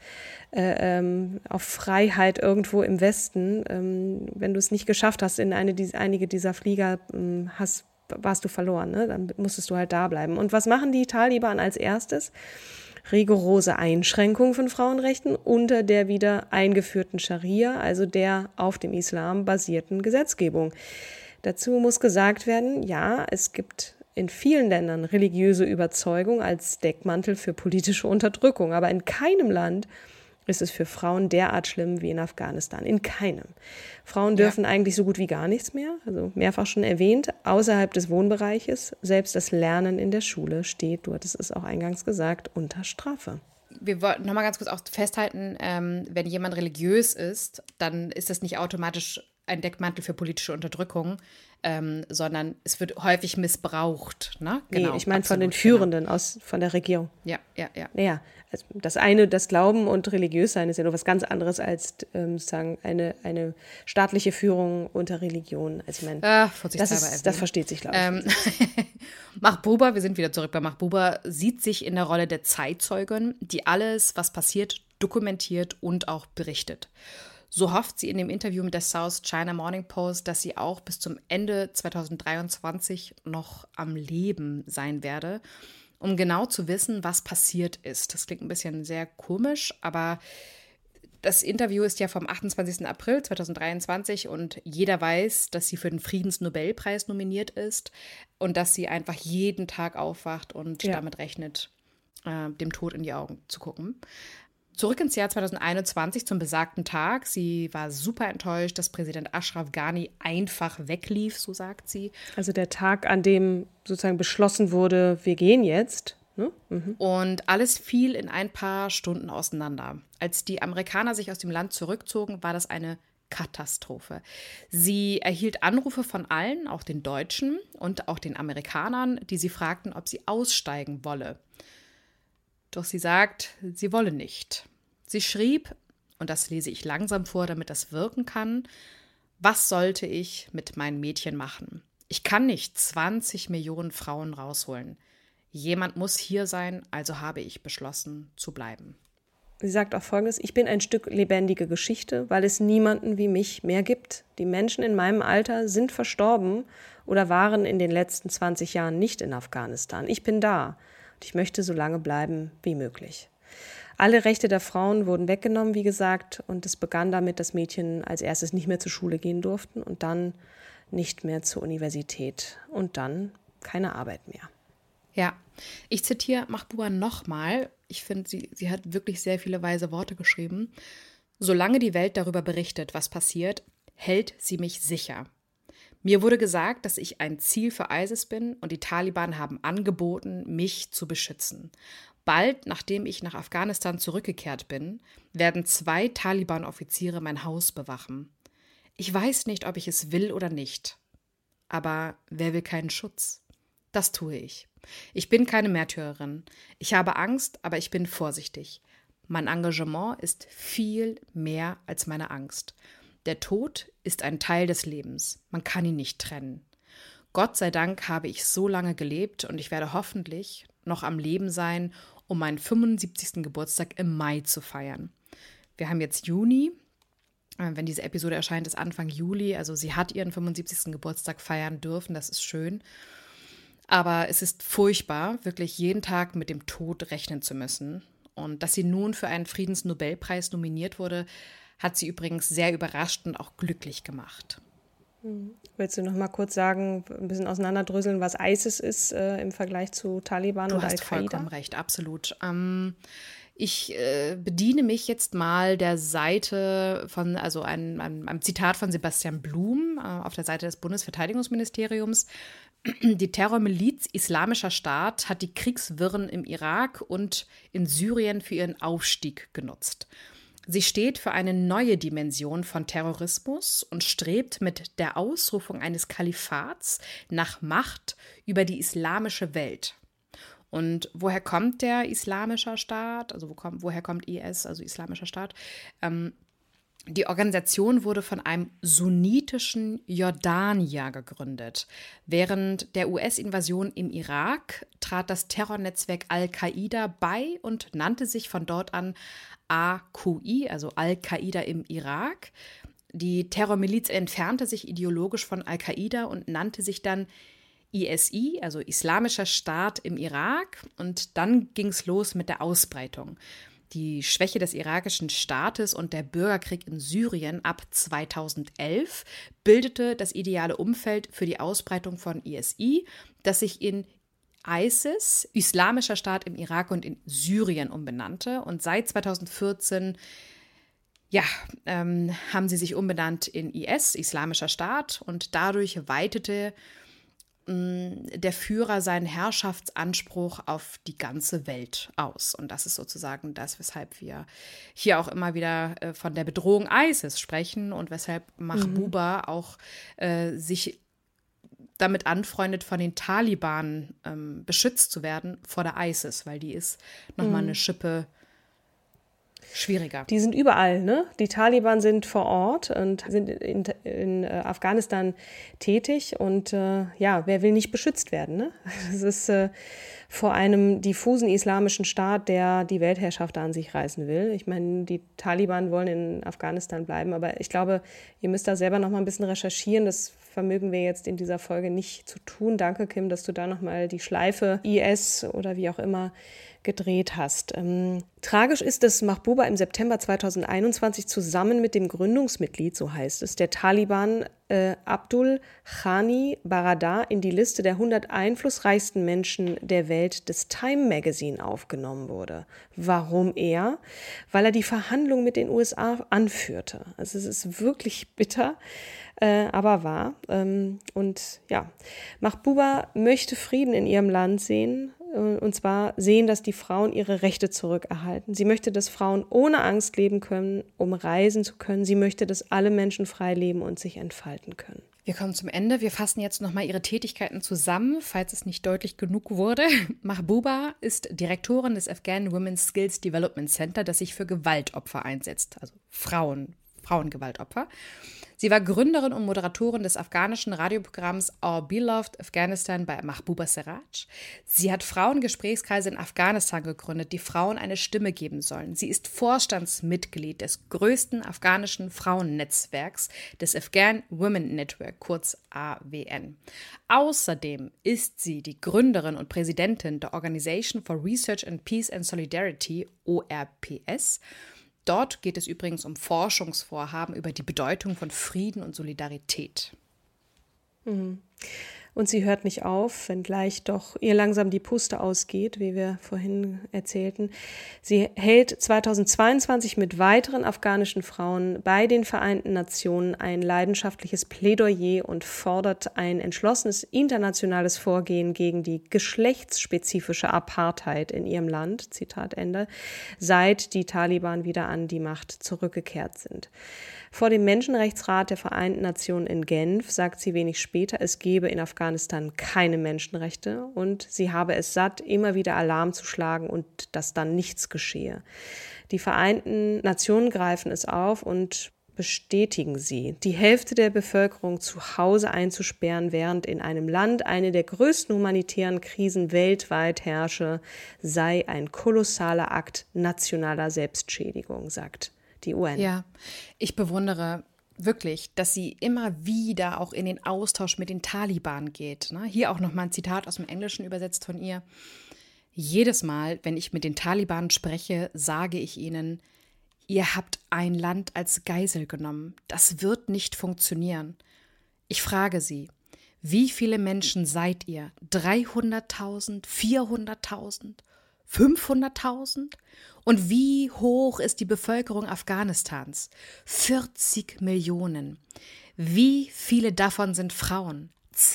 Freiheit irgendwo im Westen, wenn du es nicht geschafft hast, in einige dieser Flieger warst du verloren, ne? Dann musstest du halt da bleiben. Und was machen die Taliban als erstes? rigorose Einschränkung von Frauenrechten unter der wieder eingeführten Scharia, also der auf dem Islam basierten Gesetzgebung. Dazu muss gesagt werden, ja, es gibt in vielen Ländern religiöse Überzeugung als Deckmantel für politische Unterdrückung, aber in keinem Land ist es für Frauen derart schlimm wie in Afghanistan. In keinem. Frauen dürfen eigentlich so gut wie gar nichts mehr, also mehrfach schon erwähnt, außerhalb des Wohnbereiches. Selbst das Lernen in der Schule steht, du hattest es auch eingangs gesagt, unter Strafe. Wir wollten nochmal ganz kurz auch festhalten, wenn jemand religiös ist, dann ist das nicht automatisch ein Deckmantel für politische Unterdrückung, sondern es wird häufig missbraucht. Ne? Genau, nee, ich meine von den Führenden, von der Regierung. Ja. Naja, also das eine, das Glauben und religiös sein ist ja nur was ganz anderes als sozusagen eine staatliche Führung unter Religion. Also ich meine, das versteht sich, glaube ich. Mahbuba, wir sind wieder zurück bei Mahbuba, sieht sich in der Rolle der Zeitzeugin, die alles, was passiert, dokumentiert und auch berichtet. So hofft sie in dem Interview mit der South China Morning Post, dass sie auch bis zum Ende 2023 noch am Leben sein werde, um genau zu wissen, was passiert ist. Das klingt ein bisschen sehr komisch, aber das Interview ist ja vom 28. April 2023 und jeder weiß, dass sie für den Friedensnobelpreis nominiert ist und dass sie einfach jeden Tag aufwacht und damit rechnet, dem Tod in die Augen zu gucken. Zurück ins Jahr 2021 zum besagten Tag. Sie war super enttäuscht, dass Präsident Ashraf Ghani einfach weglief, so sagt sie. Also der Tag, an dem sozusagen beschlossen wurde, wir gehen jetzt. Ne? Mhm. Und alles fiel in ein paar Stunden auseinander. Als die Amerikaner sich aus dem Land zurückzogen, war das eine Katastrophe. Sie erhielt Anrufe von allen, auch den Deutschen und auch den Amerikanern, die sie fragten, ob sie aussteigen wolle. Doch sie sagt, sie wolle nicht. Sie schrieb, und das lese ich langsam vor, damit das wirken kann: Was sollte ich mit meinen Mädchen machen? Ich kann nicht 20 Millionen Frauen rausholen. Jemand muss hier sein, also habe ich beschlossen, zu bleiben. Sie sagt auch Folgendes: Ich bin ein Stück lebendige Geschichte, weil es niemanden wie mich mehr gibt. Die Menschen in meinem Alter sind verstorben oder waren in den letzten 20 Jahren nicht in Afghanistan. Ich bin da. Ich möchte so lange bleiben wie möglich. Alle Rechte der Frauen wurden weggenommen, wie gesagt, und es begann damit, dass Mädchen als erstes nicht mehr zur Schule gehen durften und dann nicht mehr zur Universität und dann keine Arbeit mehr. Ja, ich zitiere Mahbuba nochmal. Ich finde, sie hat wirklich sehr viele weise Worte geschrieben. Solange die Welt darüber berichtet, was passiert, hält sie mich sicher. Mir wurde gesagt, dass ich ein Ziel für ISIS bin und die Taliban haben angeboten, mich zu beschützen. Bald, nachdem ich nach Afghanistan zurückgekehrt bin, werden 2 Taliban-Offiziere mein Haus bewachen. Ich weiß nicht, ob ich es will oder nicht. Aber wer will keinen Schutz? Das tue ich. Ich bin keine Märtyrerin. Ich habe Angst, aber ich bin vorsichtig. Mein Engagement ist viel mehr als meine Angst. Der Tod ist ein Teil des Lebens. Man kann ihn nicht trennen. Gott sei Dank habe ich so lange gelebt und ich werde hoffentlich noch am Leben sein, um meinen 75. Geburtstag im Mai zu feiern. Wir haben jetzt Juni. Wenn diese Episode erscheint, ist Anfang Juli. Also sie hat ihren 75. Geburtstag feiern dürfen. Das ist schön. Aber es ist furchtbar, wirklich jeden Tag mit dem Tod rechnen zu müssen. Und dass sie nun für einen Friedensnobelpreis nominiert wurde, hat sie übrigens sehr überrascht und auch glücklich gemacht. Willst du noch mal kurz sagen, ein bisschen auseinanderdröseln, was ISIS ist im Vergleich zu Taliban und Al-Qaida? Du hast vollkommen recht, absolut. Ich bediene mich jetzt mal der Seite von, also einem Zitat von Sebastian Blum auf der Seite des Bundesverteidigungsministeriums. Die Terrormiliz Islamischer Staat hat die Kriegswirren im Irak und in Syrien für ihren Aufstieg genutzt. Sie steht für eine neue Dimension von Terrorismus und strebt mit der Ausrufung eines Kalifats nach Macht über die islamische Welt. Und woher kommt der Islamische Staat? Also woher kommt IS, also Islamischer Staat? Die Organisation wurde von einem sunnitischen Jordanier gegründet. Während der US-Invasion im Irak trat das Terrornetzwerk Al-Qaida bei und nannte sich von dort an AQI, also Al-Qaida im Irak. Die Terrormiliz entfernte sich ideologisch von Al-Qaida und nannte sich dann ISI, also Islamischer Staat im Irak. Und dann ging es los mit der Ausbreitung. Die Schwäche des irakischen Staates und der Bürgerkrieg in Syrien ab 2011 bildete das ideale Umfeld für die Ausbreitung von ISI, das sich in ISIS, Islamischer Staat im Irak und in Syrien umbenannte. Und seit 2014 haben sie sich umbenannt in IS, Islamischer Staat. Und dadurch weitete der Führer seinen Herrschaftsanspruch auf die ganze Welt aus. Und das ist sozusagen das, weshalb wir hier auch immer wieder von der Bedrohung ISIS sprechen und weshalb Mahbuba auch sich damit anfreundet, von den Taliban beschützt zu werden vor der ISIS, weil die ist nochmal eine Schippe schwieriger. Die sind überall, ne? Die Taliban sind vor Ort und sind in Afghanistan tätig und wer will nicht beschützt werden, ne? Das ist vor einem diffusen islamischen Staat, der die Weltherrschaft an sich reißen will. Ich meine, die Taliban wollen in Afghanistan bleiben, aber ich glaube, ihr müsst da selber noch mal ein bisschen recherchieren. Das vermögen wir jetzt in dieser Folge nicht zu tun. Danke, Kim, dass du da noch mal die Schleife IS oder wie auch immer gedreht hast. Tragisch ist, dass Mahbuba im September 2021 zusammen mit dem Gründungsmitglied, so heißt es, der Taliban Abdul Ghani Baradar in die Liste der 100 einflussreichsten Menschen der Welt des Time Magazine aufgenommen wurde. Warum er? Weil er die Verhandlungen mit den USA anführte. Also es ist wirklich bitter, aber wahr. Mahbuba möchte Frieden in ihrem Land sehen. Und zwar sehen, dass die Frauen ihre Rechte zurückerhalten. Sie möchte, dass Frauen ohne Angst leben können, um reisen zu können. Sie möchte, dass alle Menschen frei leben und sich entfalten können. Wir kommen zum Ende. Wir fassen jetzt nochmal ihre Tätigkeiten zusammen, falls es nicht deutlich genug wurde. Mahbuba ist Direktorin des Afghan Women's Skills Development Center, das sich für Gewaltopfer einsetzt, also Frauengewaltopfer. Sie war Gründerin und Moderatorin des afghanischen Radioprogramms Our Beloved Afghanistan bei Mahbuba Seraj. Sie hat Frauengesprächskreise in Afghanistan gegründet, die Frauen eine Stimme geben sollen. Sie ist Vorstandsmitglied des größten afghanischen Frauennetzwerks, des Afghan Women Network, kurz AWN. Außerdem ist sie die Gründerin und Präsidentin der Organization for Research and Peace and Solidarity, ORPS. Dort geht es übrigens um Forschungsvorhaben über die Bedeutung von Frieden und Solidarität. Und sie hört nicht auf, wenngleich doch ihr langsam die Puste ausgeht, wie wir vorhin erzählten. Sie hält 2022 mit weiteren afghanischen Frauen bei den Vereinten Nationen ein leidenschaftliches Plädoyer und fordert ein entschlossenes internationales Vorgehen gegen die geschlechtsspezifische Apartheid in ihrem Land, Zitat Ende, seit die Taliban wieder an die Macht zurückgekehrt sind. Vor dem Menschenrechtsrat der Vereinten Nationen in Genf sagt sie wenig später, es gebe in Afghanistan keine Menschenrechte und sie habe es satt, immer wieder Alarm zu schlagen und dass dann nichts geschehe. Die Vereinten Nationen greifen es auf und bestätigen sie, die Hälfte der Bevölkerung zu Hause einzusperren, während in einem Land eine der größten humanitären Krisen weltweit herrsche, sei ein kolossaler Akt nationaler Selbstschädigung, sagt die UN. Ja, ich bewundere wirklich, dass sie immer wieder auch in den Austausch mit den Taliban geht. Hier auch nochmal ein Zitat aus dem Englischen übersetzt von ihr. Jedes Mal, wenn ich mit den Taliban spreche, sage ich ihnen, ihr habt ein Land als Geisel genommen. Das wird nicht funktionieren. Ich frage sie, wie viele Menschen seid ihr? 300.000? 400.000? 500.000? Und wie hoch ist die Bevölkerung Afghanistans? 40 Millionen. Wie viele davon sind Frauen?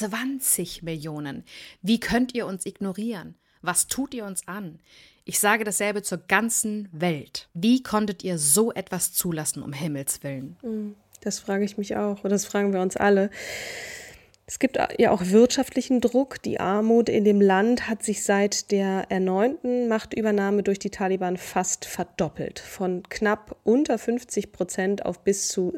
20 Millionen. Wie könnt ihr uns ignorieren? Was tut ihr uns an? Ich sage dasselbe zur ganzen Welt. Wie konntet ihr so etwas zulassen, um Himmels Willen? Das frage ich mich auch, oder das fragen wir uns alle. Es gibt ja auch wirtschaftlichen Druck. Die Armut in dem Land hat sich seit der erneuten Machtübernahme durch die Taliban fast verdoppelt. Von knapp unter 50% auf bis zu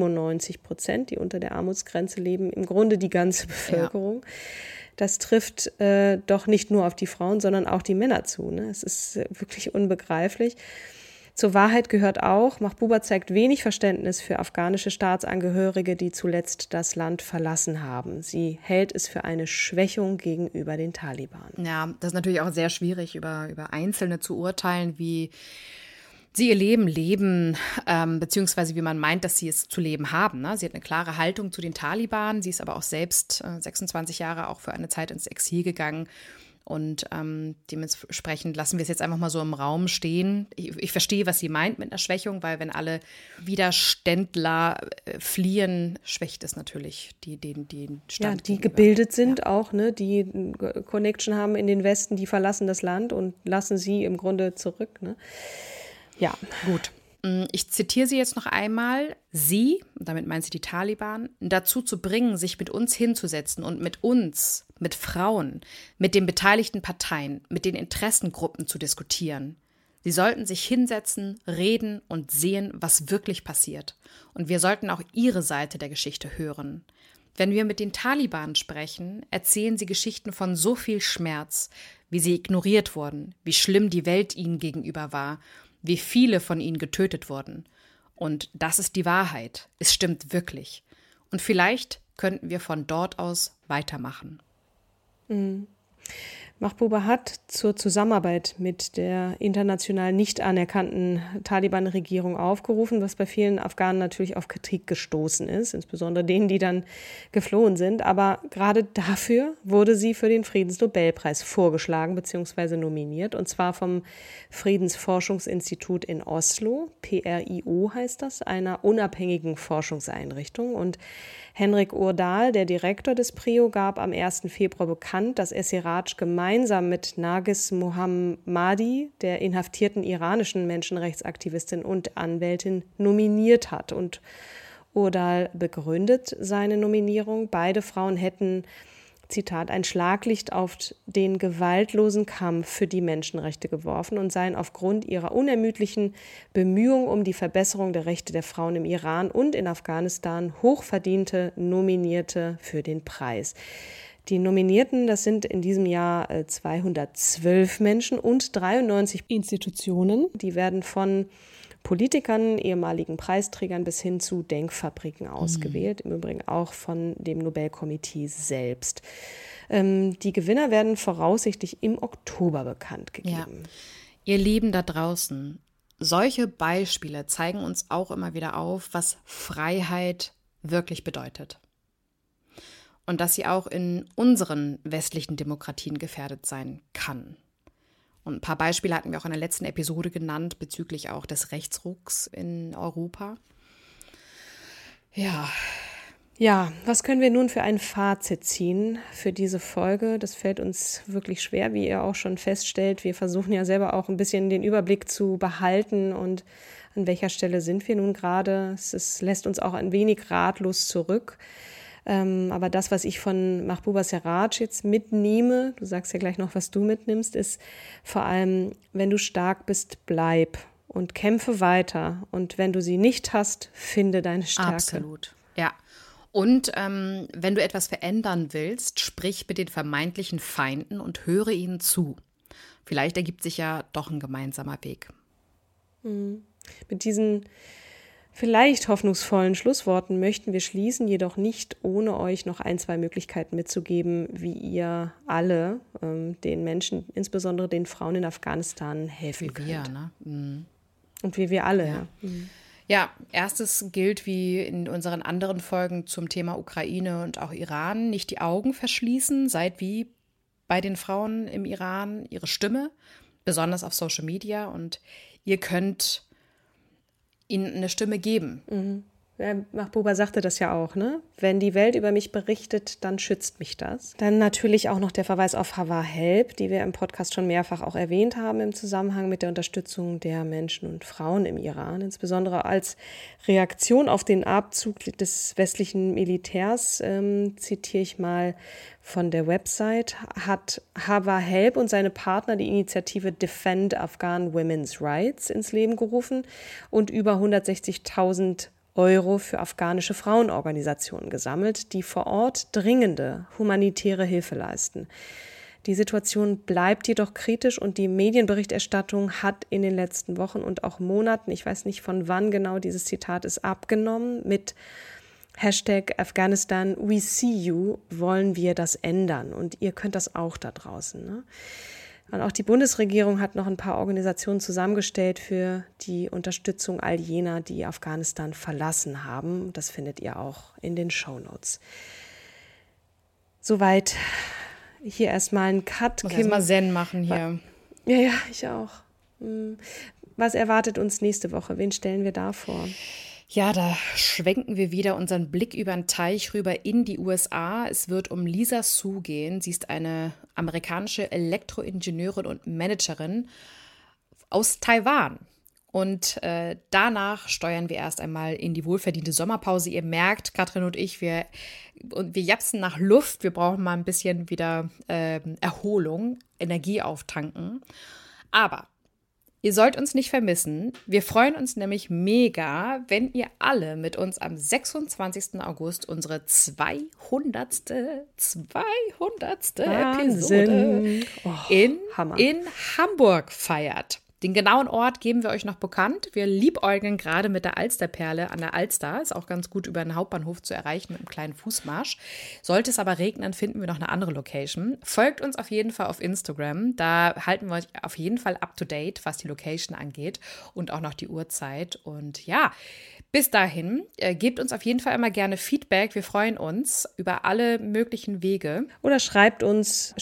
97%, die unter der Armutsgrenze leben. Im Grunde die ganze Bevölkerung. Ja. Das trifft doch nicht nur auf die Frauen, sondern auch die Männer zu. Ne? Es ist wirklich unbegreiflich. Zur Wahrheit gehört auch, Mahbuba zeigt wenig Verständnis für afghanische Staatsangehörige, die zuletzt das Land verlassen haben. Sie hält es für eine Schwächung gegenüber den Taliban. Ja, das ist natürlich auch sehr schwierig, über Einzelne zu urteilen, wie sie ihr Leben leben, beziehungsweise wie man meint, dass sie es zu leben haben. Ne? Sie hat eine klare Haltung zu den Taliban. Sie ist aber auch selbst 26 Jahre auch für eine Zeit ins Exil gegangen. Und dementsprechend lassen wir es jetzt einfach mal so im Raum stehen. Ich verstehe, was sie meint mit einer Schwächung, weil wenn alle Widerständler fliehen, schwächt es natürlich den Stand. Ja, die gebildet sind auch, ne, die Connection haben in den Westen, die verlassen das Land und lassen sie im Grunde zurück. Ne? Ja, gut. Ich zitiere sie jetzt noch einmal. Sie, damit meint sie die Taliban, dazu zu bringen, sich mit uns hinzusetzen und mit uns, mit Frauen, mit den beteiligten Parteien, mit den Interessengruppen zu diskutieren. Sie sollten sich hinsetzen, reden und sehen, was wirklich passiert. Und wir sollten auch ihre Seite der Geschichte hören. Wenn wir mit den Taliban sprechen, erzählen sie Geschichten von so viel Schmerz, wie sie ignoriert wurden, wie schlimm die Welt ihnen gegenüber war, wie viele von ihnen getötet wurden. Und das ist die Wahrheit. Es stimmt wirklich. Und vielleicht könnten wir von dort aus weitermachen. Mahbuba hat zur Zusammenarbeit mit der international nicht anerkannten Taliban-Regierung aufgerufen, was bei vielen Afghanen natürlich auf Kritik gestoßen ist, insbesondere denen, die dann geflohen sind. Aber gerade dafür wurde sie für den Friedensnobelpreis vorgeschlagen bzw. nominiert, und zwar vom Friedensforschungsinstitut in Oslo, PRIO heißt das, einer unabhängigen Forschungseinrichtung. Und Henrik Urdahl, der Direktor des PRIO, gab am 1. Februar bekannt, dass Esiraj gemeinsam mit Nargis Mohammadi, der inhaftierten iranischen Menschenrechtsaktivistin und Anwältin, nominiert hat. Und Urdahl begründet seine Nominierung. Beide Frauen hätten, Zitat, ein Schlaglicht auf den gewaltlosen Kampf für die Menschenrechte geworfen und seien aufgrund ihrer unermüdlichen Bemühungen um die Verbesserung der Rechte der Frauen im Iran und in Afghanistan hochverdiente Nominierte für den Preis. Die Nominierten, das sind in diesem Jahr 212 Menschen und 93 Institutionen. Die werden von Politikern, ehemaligen Preisträgern bis hin zu Denkfabriken ausgewählt, im Übrigen auch von dem Nobelkomitee selbst. Die Gewinner werden voraussichtlich im Oktober bekannt gegeben. Ja. Ihr Lieben da draußen, solche Beispiele zeigen uns auch immer wieder auf, was Freiheit wirklich bedeutet. Und dass sie auch in unseren westlichen Demokratien gefährdet sein kann. Und ein paar Beispiele hatten wir auch in der letzten Episode genannt, bezüglich auch des Rechtsrucks in Europa. Ja, was können wir nun für ein Fazit ziehen für diese Folge? Das fällt uns wirklich schwer, wie ihr auch schon feststellt. Wir versuchen ja selber auch ein bisschen den Überblick zu behalten und an welcher Stelle sind wir nun gerade. Es lässt uns auch ein wenig ratlos zurück. Aber das, was ich von Mahbuba Seraj jetzt mitnehme, du sagst ja gleich noch, was du mitnimmst, ist vor allem, wenn du stark bist, bleib und kämpfe weiter. Und wenn du sie nicht hast, finde deine Stärke. Absolut, ja. Und wenn du etwas verändern willst, sprich mit den vermeintlichen Feinden und höre ihnen zu. Vielleicht ergibt sich ja doch ein gemeinsamer Weg. Mit diesen vielleicht hoffnungsvollen Schlussworten möchten wir schließen, jedoch nicht ohne euch noch ein, zwei Möglichkeiten mitzugeben, wie ihr alle den Menschen, insbesondere den Frauen in Afghanistan, helfen könnt. Wie wir, ne? Mhm. Und wie wir alle, ja. Ja, erstes gilt wie in unseren anderen Folgen zum Thema Ukraine und auch Iran, nicht die Augen verschließen, seid wie bei den Frauen im Iran ihre Stimme, besonders auf Social Media, und ihr könnt ihnen eine Stimme geben. Mahbuba sagte das ja auch, ne? Wenn die Welt über mich berichtet, dann schützt mich das. Dann natürlich auch noch der Verweis auf Hava Help, die wir im Podcast schon mehrfach auch erwähnt haben im Zusammenhang mit der Unterstützung der Menschen und Frauen im Iran. Insbesondere als Reaktion auf den Abzug des westlichen Militärs, zitiere ich mal von der Website, hat Hava Help und seine Partner die Initiative Defend Afghan Women's Rights ins Leben gerufen und über 160.000 Euro für afghanische Frauenorganisationen gesammelt, die vor Ort dringende humanitäre Hilfe leisten. Die Situation bleibt jedoch kritisch und die Medienberichterstattung hat in den letzten Wochen und auch Monaten, ich weiß nicht von wann genau dieses Zitat ist, abgenommen mit #Afghanistan we see you, wollen wir das ändern. Und ihr könnt das auch da draußen. Ne? Und auch die Bundesregierung hat noch ein paar Organisationen zusammengestellt für die Unterstützung all jener, die Afghanistan verlassen haben. Das findet ihr auch in den Shownotes. Soweit hier erstmal ein Cut. Ich muss erstmal Zen machen hier. Ja, ich auch. Was erwartet uns nächste Woche? Wen stellen wir da vor? Ja, da schwenken wir wieder unseren Blick über den Teich rüber in die USA. Es wird um Lisa Su gehen. Sie ist eine amerikanische Elektroingenieurin und Managerin aus Taiwan. Und danach steuern wir erst einmal in die wohlverdiente Sommerpause. Ihr merkt, Katrin und ich, wir japsen nach Luft. Wir brauchen mal ein bisschen wieder Erholung, Energie auftanken. Aber ihr sollt uns nicht vermissen. Wir freuen uns nämlich mega, wenn ihr alle mit uns am 26. August unsere 200. Episode in Hamburg feiert. Den genauen Ort geben wir euch noch bekannt. Wir liebäugeln gerade mit der Alsterperle an der Alster. Ist auch ganz gut über den Hauptbahnhof zu erreichen mit einem kleinen Fußmarsch. Sollte es aber regnen, finden wir noch eine andere Location. Folgt uns auf jeden Fall auf Instagram. Da halten wir euch auf jeden Fall up to date, was die Location angeht und auch noch die Uhrzeit. Und ja, bis dahin, gebt uns auf jeden Fall immer gerne Feedback. Wir freuen uns über alle möglichen Wege. Oder schreibt uns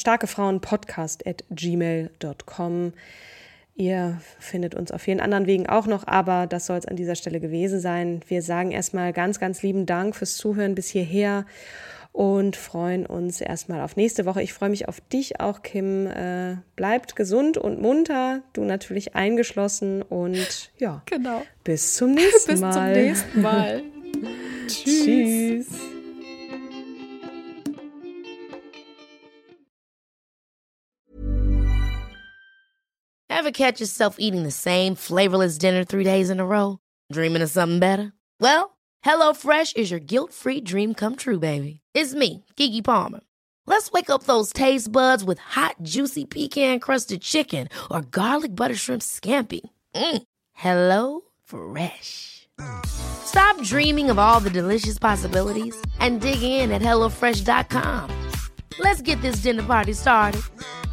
starkefrauenpodcast@gmail.com. Ihr findet uns auf vielen anderen Wegen auch noch, aber das soll es an dieser Stelle gewesen sein. Wir sagen erstmal ganz, ganz lieben Dank fürs Zuhören bis hierher und freuen uns erstmal auf nächste Woche. Ich freue mich auf dich auch, Kim. Bleibt gesund und munter, du natürlich eingeschlossen und ja, genau. Bis zum nächsten Mal. Bis zum nächsten Mal. Tschüss. Ever catch yourself eating the same flavorless dinner 3 days in a row? Dreaming of something better? Well, HelloFresh is your guilt-free dream come true, baby. It's me, Keke Palmer. Let's wake up those taste buds with hot, juicy pecan-crusted chicken or garlic butter shrimp scampi. Hello Fresh. Stop dreaming of all the delicious possibilities and dig in at HelloFresh.com. Let's get this dinner party started.